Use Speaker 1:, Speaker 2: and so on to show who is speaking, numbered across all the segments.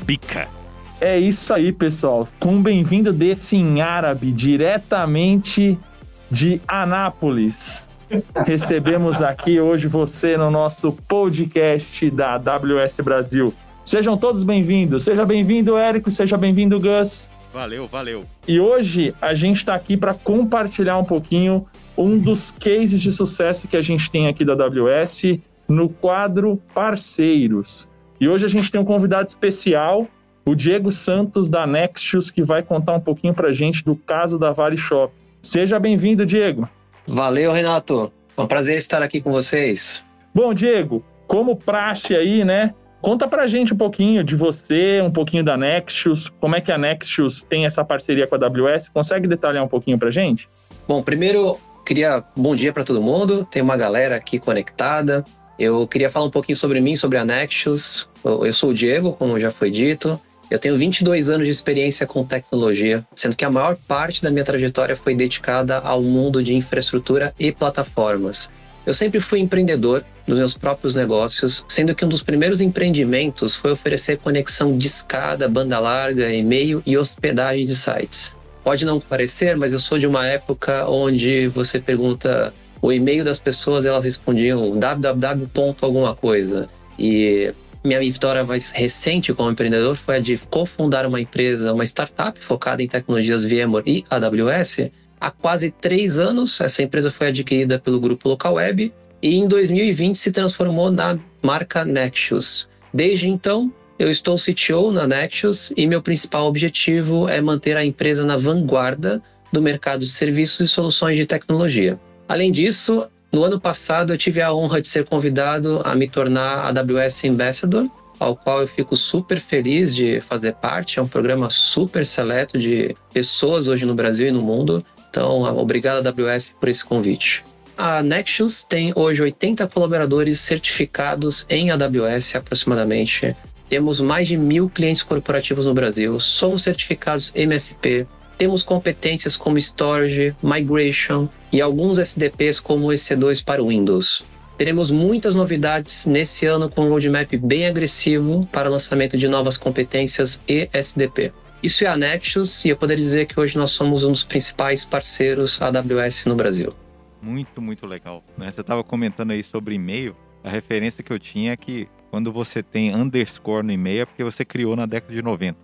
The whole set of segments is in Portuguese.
Speaker 1: Arabica.
Speaker 2: É isso aí, pessoal. Com um bem-vindo desse em árabe, diretamente de Anápolis. Recebemos aqui hoje você no nosso podcast da AWS Brasil. Sejam todos bem-vindos. Seja bem-vindo, Érico. Seja bem-vindo, Gus.
Speaker 1: Valeu.
Speaker 2: E hoje a gente está aqui para compartilhar um pouquinho um dos cases de sucesso que a gente tem aqui da AWS no quadro Parceiros. E hoje a gente tem um convidado especial, o Diego Santos, da Nexious, que vai contar um pouquinho para a gente do caso da ValiShop. Seja bem-vindo, Diego.
Speaker 3: Valeu, Renato. É um prazer estar aqui com vocês.
Speaker 2: Bom, Diego, como praxe aí, né? Conta pra gente um pouquinho de você, um pouquinho da Nexious, como é que a Nexious tem essa parceria com a AWS? Consegue detalhar um pouquinho pra gente?
Speaker 3: Bom, primeiro, bom dia para todo mundo, tem uma galera aqui conectada. Eu queria falar um pouquinho sobre mim, sobre a Nexious. Eu sou o Diego, como já foi dito. Eu tenho 22 anos de experiência com tecnologia, sendo que a maior parte da minha trajetória foi dedicada ao mundo de infraestrutura e plataformas. Eu sempre fui empreendedor dos meus próprios negócios, sendo que um dos primeiros empreendimentos foi oferecer conexão de escada, banda larga, e-mail e hospedagem de sites. Pode não parecer, mas eu sou de uma época onde você pergunta o e-mail das pessoas, elas respondiam www. alguma coisa. E minha vitória mais recente como empreendedor foi a de cofundar uma empresa, uma startup focada em tecnologias VMware e AWS. Há quase 3 anos, essa empresa foi adquirida pelo grupo Localweb e em 2020 se transformou na marca Nexious. Desde então, eu estou CTO na Nexious e meu principal objetivo é manter a empresa na vanguarda do mercado de serviços e soluções de tecnologia. Além disso, no ano passado eu tive a honra de ser convidado a me tornar AWS Ambassador, ao qual eu fico super feliz de fazer parte. É um programa super seleto de pessoas hoje no Brasil e no mundo. Então, obrigado AWS por esse convite. A Nexious tem hoje 80 colaboradores certificados em AWS aproximadamente. Temos mais de 1.000 clientes corporativos no Brasil. Somos certificados MSP. Temos competências como Storage, Migration e alguns SDPs como o EC2 para o Windows. Teremos muitas novidades nesse ano com um roadmap bem agressivo para o lançamento de novas competências e SDP. Isso é a Nexious e eu poderia dizer que hoje nós somos um dos principais parceiros AWS no Brasil.
Speaker 1: Muito legal, né? Você estava comentando aí sobre e-mail. A referência que eu tinha é que quando você tem underscore no e-mail é porque você criou na década de 90.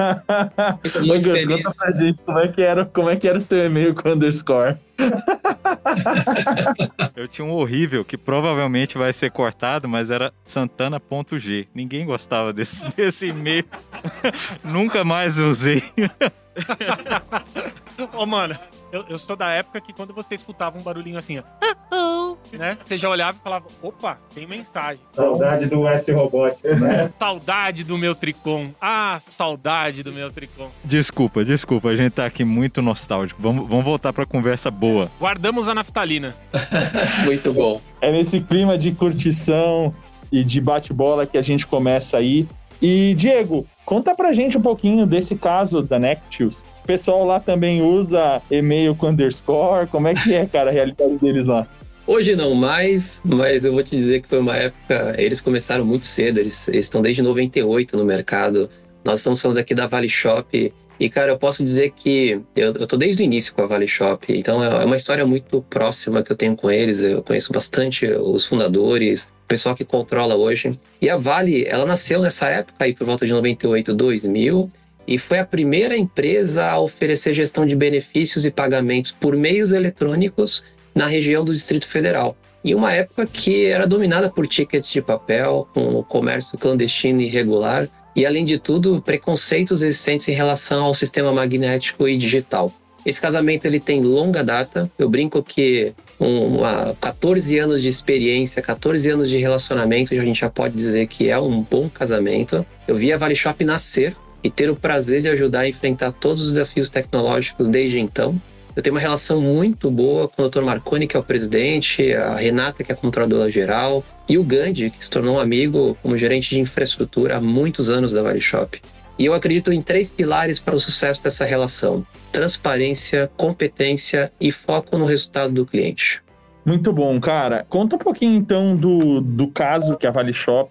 Speaker 3: Muito feliz.
Speaker 2: Conta pra gente como é que era o seu e-mail com underscore.
Speaker 1: Eu tinha um horrível que provavelmente vai ser cortado, mas era santana.g. Ninguém gostava desse e-mail. Nunca mais usei.
Speaker 4: Ô, mano, eu sou da época que quando você escutava um barulhinho assim, ó, né? Você já olhava e falava, opa, tem mensagem.
Speaker 2: Saudade do S-Robot, né?
Speaker 4: Saudade do meu Tricom. Ah, saudade do meu Tricom.
Speaker 1: Desculpa, a gente tá aqui muito nostálgico. Vamos voltar pra conversa boa.
Speaker 4: Guardamos a naftalina.
Speaker 3: Muito bom.
Speaker 2: É nesse clima de curtição e de bate-bola que a gente começa aí. E, Diego, conta pra gente um pouquinho desse caso da Nexious. O pessoal lá também usa e-mail com underscore. Como é que é, cara, a realidade deles lá?
Speaker 3: Hoje não mais, mas eu vou te dizer que foi uma época... Eles começaram muito cedo, eles estão desde 98 no mercado. Nós estamos falando aqui da ValiShop. E, cara, eu posso dizer que eu tô desde o início com a ValiShop. Então, é uma história muito próxima que eu tenho com eles. Eu conheço bastante os fundadores, o pessoal que controla hoje. E a Vali, ela nasceu nessa época, aí por volta de 98, 2000... e foi a primeira empresa a oferecer gestão de benefícios e pagamentos por meios eletrônicos na região do Distrito Federal. Em uma época que era dominada por tickets de papel, com o comércio clandestino e irregular, e, além de tudo, preconceitos existentes em relação ao sistema magnético e digital. Esse casamento ele tem longa data. Eu brinco que 14 anos de experiência, 14 anos de relacionamento, a gente já pode dizer que é um bom casamento. Eu vi a ValiShop nascer e ter o prazer de ajudar a enfrentar todos os desafios tecnológicos desde então. Eu tenho uma relação muito boa com o Dr. Marconi, que é o presidente, a Renata, que é a controladora geral, e o Gandhi, que se tornou um amigo como gerente de infraestrutura há muitos anos da ValiShop. E eu acredito em 3 pilares para o sucesso dessa relação: transparência, competência e foco no resultado do cliente.
Speaker 2: Muito bom, cara. Conta um pouquinho, então, do caso que a ValiShop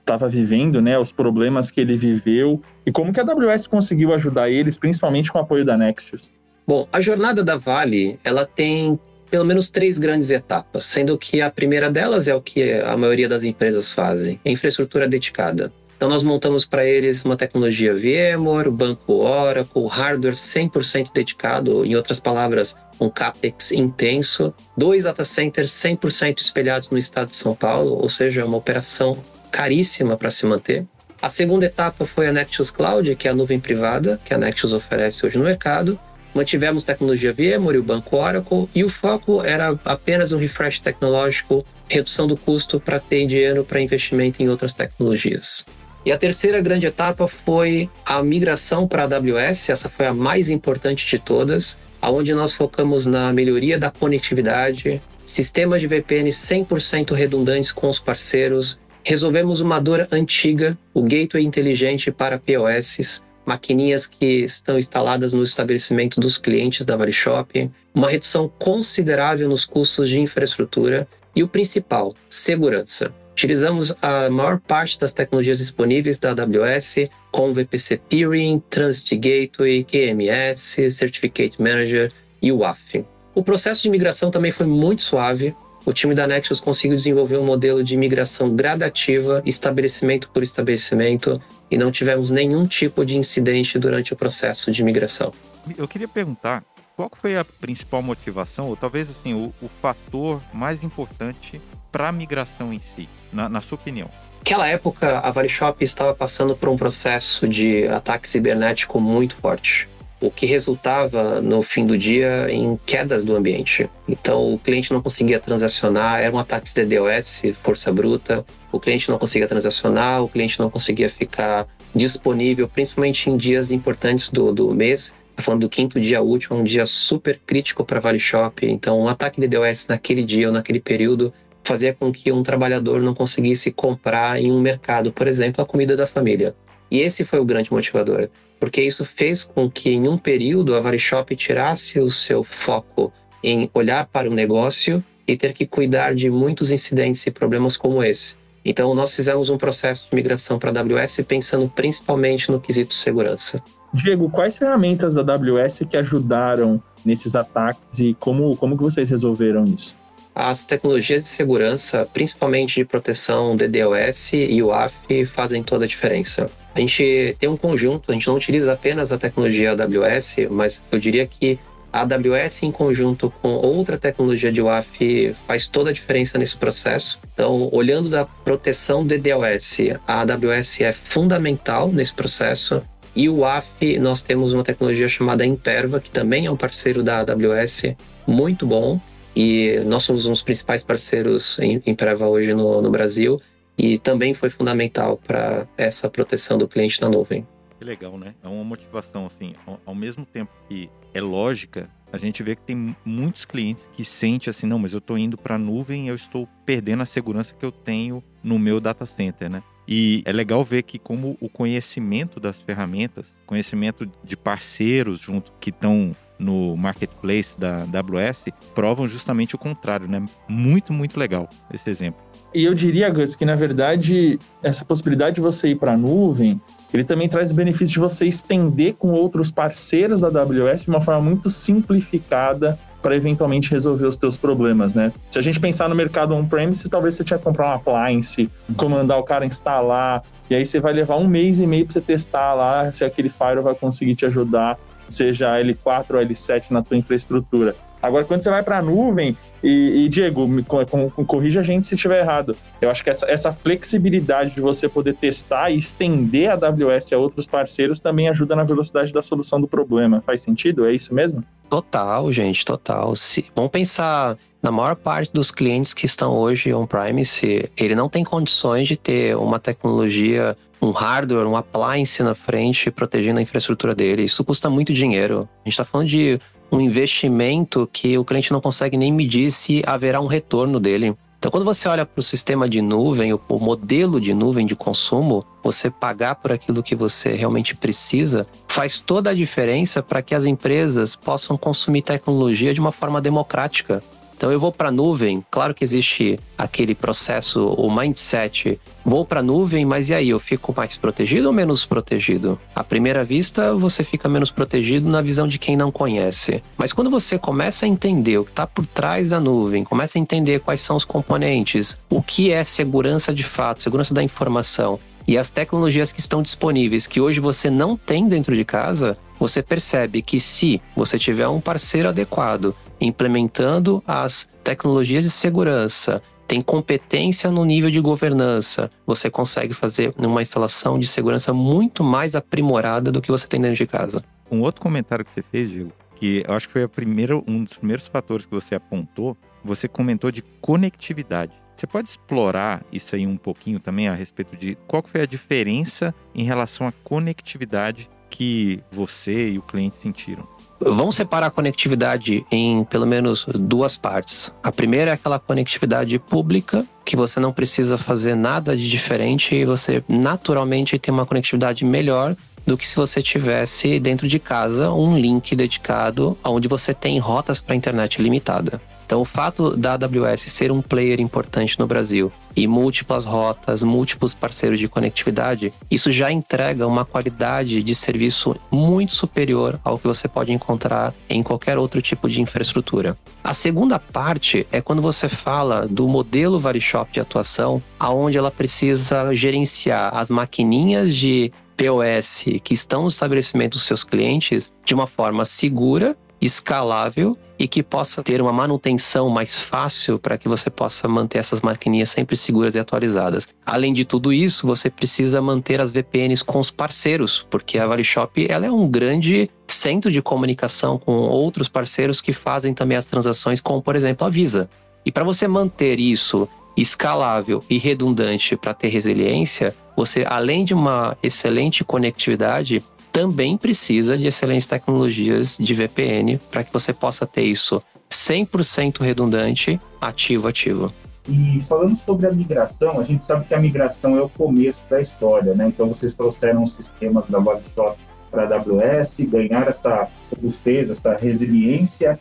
Speaker 2: estava vivendo, né, os problemas que ele viveu e como que a AWS conseguiu ajudar eles, principalmente com o apoio da Nextios.
Speaker 3: Bom, a jornada da Vale, ela tem pelo menos 3 grandes etapas, sendo que a primeira delas é o que a maioria das empresas fazem, a infraestrutura dedicada. Então nós montamos para eles uma tecnologia VMware, banco Oracle, hardware 100% dedicado, em outras palavras, um CAPEX intenso, 2 data centers 100% espelhados no estado de São Paulo, ou seja, uma operação caríssima para se manter. A segunda etapa foi a Nextios Cloud, que é a nuvem privada que a Nextios oferece hoje no mercado. Mantivemos tecnologia VMware e o banco Oracle, e o foco era apenas um refresh tecnológico, redução do custo para ter dinheiro para investimento em outras tecnologias. E a terceira grande etapa foi a migração para a AWS, essa foi a mais importante de todas, onde nós focamos na melhoria da conectividade, sistemas de VPN 100% redundantes com os parceiros, resolvemos uma dor antiga, o gateway inteligente para POS, maquininhas que estão instaladas no estabelecimento dos clientes da ValiShop, uma redução considerável nos custos de infraestrutura e o principal, segurança. Utilizamos a maior parte das tecnologias disponíveis da AWS, com VPC Peering, Transit Gateway, QMS, Certificate Manager e o WAF. O processo de migração também foi muito suave. O time da Nextios conseguiu desenvolver um modelo de migração gradativa, estabelecimento por estabelecimento, e não tivemos nenhum tipo de incidente durante o processo de migração.
Speaker 1: Eu queria perguntar, qual foi a principal motivação, ou talvez assim, o fator mais importante para a migração em si, na sua opinião?
Speaker 3: Naquela época, a ValiShop estava passando por um processo de ataque cibernético muito forte, o que resultava, no fim do dia, em quedas do ambiente. Então, o cliente não conseguia transacionar, eram ataques de DDoS, força bruta, o cliente não conseguia transacionar, o cliente não conseguia ficar disponível, principalmente em dias importantes do mês. Estou falando do 5º dia útil, um dia super crítico para a ValiShop. Então, um ataque de DDoS naquele dia ou naquele período fazia com que um trabalhador não conseguisse comprar em um mercado, por exemplo, a comida da família. E esse foi o grande motivador, porque isso fez com que em um período a ValiShop tirasse o seu foco em olhar para o negócio e ter que cuidar de muitos incidentes e problemas como esse. Então nós fizemos um processo de migração para a AWS pensando principalmente no quesito segurança.
Speaker 2: Diego, quais ferramentas da AWS que ajudaram nesses ataques e como que vocês resolveram isso?
Speaker 3: As tecnologias de segurança, principalmente de proteção DDoS e o WAF, fazem toda a diferença. A gente tem um conjunto, a gente não utiliza apenas a tecnologia AWS, mas eu diria que a AWS em conjunto com outra tecnologia de WAF faz toda a diferença nesse processo. Então, olhando da proteção DDoS, a AWS é fundamental nesse processo. E o WAF, nós temos uma tecnologia chamada Imperva, que também é um parceiro da AWS, muito bom. E nós somos um dos principais parceiros em Imperva hoje no Brasil. E também foi fundamental para essa proteção do cliente na nuvem.
Speaker 1: Que legal, né? É uma motivação, assim, ao mesmo tempo que é lógica, a gente vê que tem muitos clientes que sentem assim, não, mas eu estou indo para a nuvem e eu estou perdendo a segurança que eu tenho no meu data center, né? E é legal ver que como o conhecimento das ferramentas, conhecimento de parceiros junto que estão no marketplace da AWS, provam justamente o contrário, né? Muito, muito legal esse exemplo.
Speaker 2: E eu diria, Gus, que na verdade essa possibilidade de você ir para a nuvem, ele também traz o benefício de você estender com outros parceiros da AWS de uma forma muito simplificada para eventualmente resolver os teus problemas, né? Se a gente pensar no mercado on-premise, talvez você tinha que comprar um appliance, comandar o cara instalar, e aí você vai levar 1 mês e meio para você testar lá se aquele firewall vai conseguir te ajudar, seja L4 ou L7 na tua infraestrutura. Agora, quando você vai para a nuvem, e Diego, corrija a gente se estiver errado, eu acho que essa flexibilidade de você poder testar e estender a AWS a outros parceiros também ajuda na velocidade da solução do problema. Faz sentido? É isso mesmo?
Speaker 3: Total, gente, total. Vamos pensar na maior parte dos clientes que estão hoje on-premise, ele não tem condições de ter uma tecnologia, um hardware, um appliance na frente protegendo a infraestrutura dele. Isso custa muito dinheiro. A gente está falando de um investimento que o cliente não consegue nem medir se haverá um retorno dele. Então, quando você olha para o sistema de nuvem, o modelo de nuvem de consumo, você pagar por aquilo que você realmente precisa, faz toda a diferença para que as empresas possam consumir tecnologia de uma forma democrática. Então eu vou para a nuvem, claro que existe aquele processo, o mindset, vou para a nuvem, mas e aí, eu fico mais protegido ou menos protegido? À primeira vista, você fica menos protegido na visão de quem não conhece. Mas quando você começa a entender o que está por trás da nuvem, começa a entender quais são os componentes, o que é segurança de fato, segurança da informação, e as tecnologias que estão disponíveis, que hoje você não tem dentro de casa, você percebe que se você tiver um parceiro adequado, implementando as tecnologias de segurança, tem competência no nível de governança, você consegue fazer uma instalação de segurança muito mais aprimorada do que você tem dentro de casa.
Speaker 1: Um outro comentário que você fez, Diego, que eu acho que foi um dos primeiros fatores que você apontou, você comentou de conectividade. Você pode explorar isso aí um pouquinho também a respeito de qual que foi a diferença em relação à conectividade que você e o cliente sentiram?
Speaker 3: Vamos separar a conectividade em pelo menos duas partes. A primeira é aquela conectividade pública, que você não precisa fazer nada de diferente e você naturalmente tem uma conectividade melhor do que se você tivesse dentro de casa um link dedicado onde você tem rotas para a internet limitada. Então, o fato da AWS ser um player importante no Brasil e múltiplas rotas, múltiplos parceiros de conectividade, isso já entrega uma qualidade de serviço muito superior ao que você pode encontrar em qualquer outro tipo de infraestrutura. A segunda parte é quando você fala do modelo VariShop de atuação, onde ela precisa gerenciar as maquininhas de POS que estão no estabelecimento dos seus clientes de uma forma segura, escalável e que possa ter uma manutenção mais fácil para que você possa manter essas maquininhas sempre seguras e atualizadas. Além de tudo isso, você precisa manter as VPNs com os parceiros, porque a VariShop ela é um grande centro de comunicação com outros parceiros que fazem também as transações, como por exemplo a Visa. E para você manter isso escalável e redundante para ter resiliência, você, além de uma excelente conectividade, também precisa de excelentes tecnologias de VPN para que você possa ter isso 100% redundante, ativo.
Speaker 5: E falando sobre a migração, a gente sabe que a migração é o começo da história, né? Então vocês trouxeram os sistemas da VariShop para a AWS, ganharam essa robustez, essa resiliência,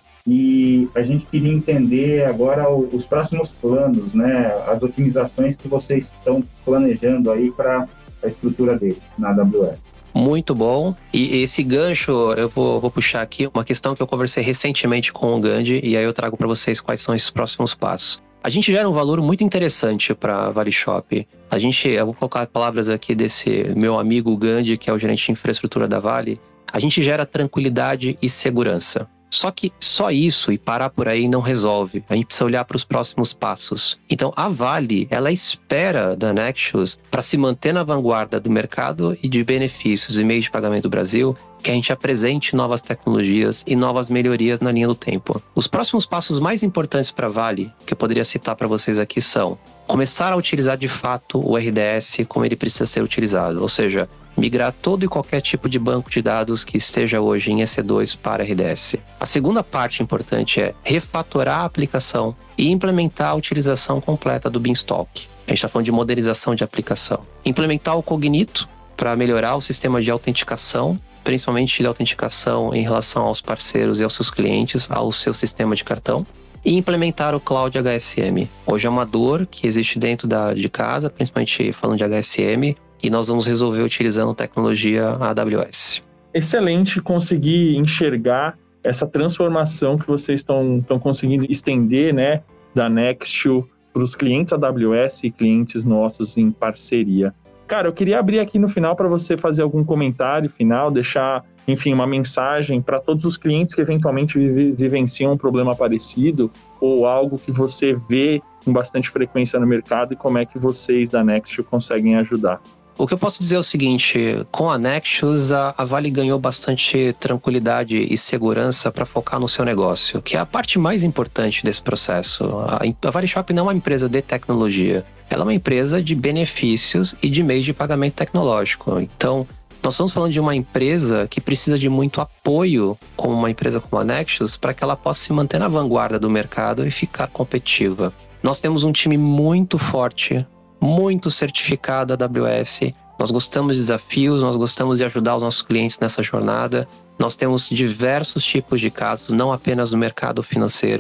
Speaker 5: e a gente queria entender agora os próximos planos, né? As otimizações que vocês estão planejando aí para a estrutura dele na AWS.
Speaker 3: Muito bom. E esse gancho, eu vou puxar aqui uma questão que eu conversei recentemente com o Gandhi, e aí eu trago para vocês quais são esses próximos passos. A gente gera um valor muito interessante para a VariShop. Eu vou colocar palavras aqui desse meu amigo Gandhi, que é o gerente de infraestrutura da Vale. A gente gera tranquilidade e segurança. Só que só isso e parar por aí não resolve. A gente precisa olhar para os próximos passos. Então, a Vale, ela espera da Nexus para se manter na vanguarda do mercado e de benefícios e meios de pagamento do Brasil, que a gente apresente novas tecnologias e novas melhorias na linha do tempo. Os próximos passos mais importantes para a Vale, que eu poderia citar para vocês aqui, são começar a utilizar de fato o RDS como ele precisa ser utilizado, ou seja, migrar todo e qualquer tipo de banco de dados que esteja hoje em EC2 para RDS. A segunda parte importante é refatorar a aplicação e implementar a utilização completa do Beanstalk. A gente está falando de modernização de aplicação. Implementar o Cognito para melhorar o sistema de autenticação, principalmente de autenticação em relação aos parceiros e aos seus clientes, ao seu sistema de cartão. E implementar o Cloud HSM. Hoje é uma dor que existe dentro de casa, principalmente falando de HSM, e nós vamos resolver utilizando tecnologia AWS.
Speaker 2: Excelente conseguir enxergar essa transformação que vocês estão conseguindo estender, né, da Nextio para os clientes AWS e clientes nossos em parceria. Cara, eu queria abrir aqui no final para você fazer algum comentário final, deixar, enfim, uma mensagem para todos os clientes que eventualmente vivenciam um problema parecido ou algo que você vê com bastante frequência no mercado e como é que vocês da Nextio conseguem ajudar.
Speaker 3: O que eu posso dizer é o seguinte, com a Nexus, a Vale ganhou bastante tranquilidade e segurança para focar no seu negócio, que é a parte mais importante desse processo. A VariShop não é uma empresa de tecnologia, ela é uma empresa de benefícios e de meios de pagamento tecnológico. Então, nós estamos falando de uma empresa que precisa de muito apoio, como uma empresa como a Nexus, para que ela possa se manter na vanguarda do mercado e ficar competitiva. Nós temos um time muito forte, muito certificado AWS, nós gostamos de desafios, nós gostamos de ajudar os nossos clientes nessa jornada, nós temos diversos tipos de casos, não apenas no mercado financeiro,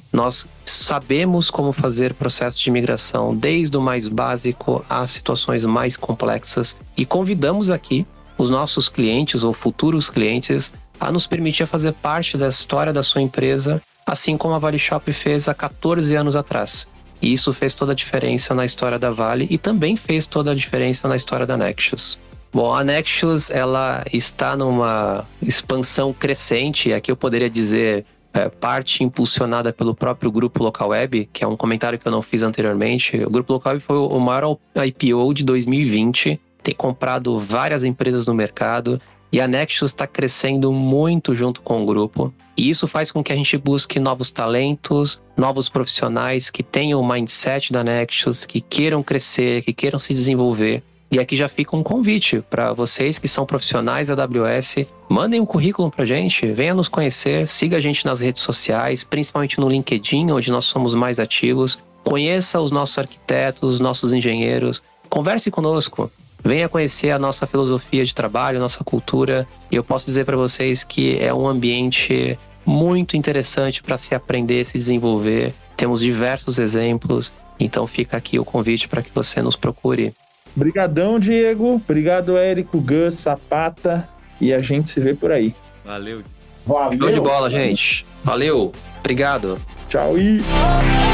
Speaker 3: Nós sabemos como fazer processos de migração, desde o mais básico às situações mais complexas, e convidamos aqui os nossos clientes ou futuros clientes a nos permitir fazer parte da história da sua empresa, assim como a Vale Shop fez há 14 anos atrás. E isso fez toda a diferença na história da Vale e também fez toda a diferença na história da Nextios. Bom, a Nextios, ela está numa expansão crescente, aqui eu poderia dizer parte impulsionada pelo próprio Grupo Local Web, que é um comentário que eu não fiz anteriormente. O Grupo Local Web foi o maior IPO de 2020, tem comprado várias empresas no mercado, e a Nextios está crescendo muito junto com o grupo. E isso faz com que a gente busque novos talentos, novos profissionais que tenham o mindset da Nextios, que queiram crescer, que queiram se desenvolver. E aqui já fica um convite para vocês que são profissionais da AWS, mandem um currículo para a gente, venha nos conhecer, siga a gente nas redes sociais, principalmente no LinkedIn, onde nós somos mais ativos. Conheça os nossos arquitetos, os nossos engenheiros, converse conosco. Venha conhecer a nossa filosofia de trabalho, nossa cultura, e eu posso dizer para vocês que é um ambiente muito interessante para se aprender, se desenvolver. Temos diversos exemplos, então fica aqui o convite para que você nos procure.
Speaker 2: Obrigadão, Diego. Obrigado, Érico, Gus, Zapata, e a gente se vê por aí.
Speaker 1: Valeu.
Speaker 3: Show de bola, gente. Valeu. Obrigado.
Speaker 2: Tchau e...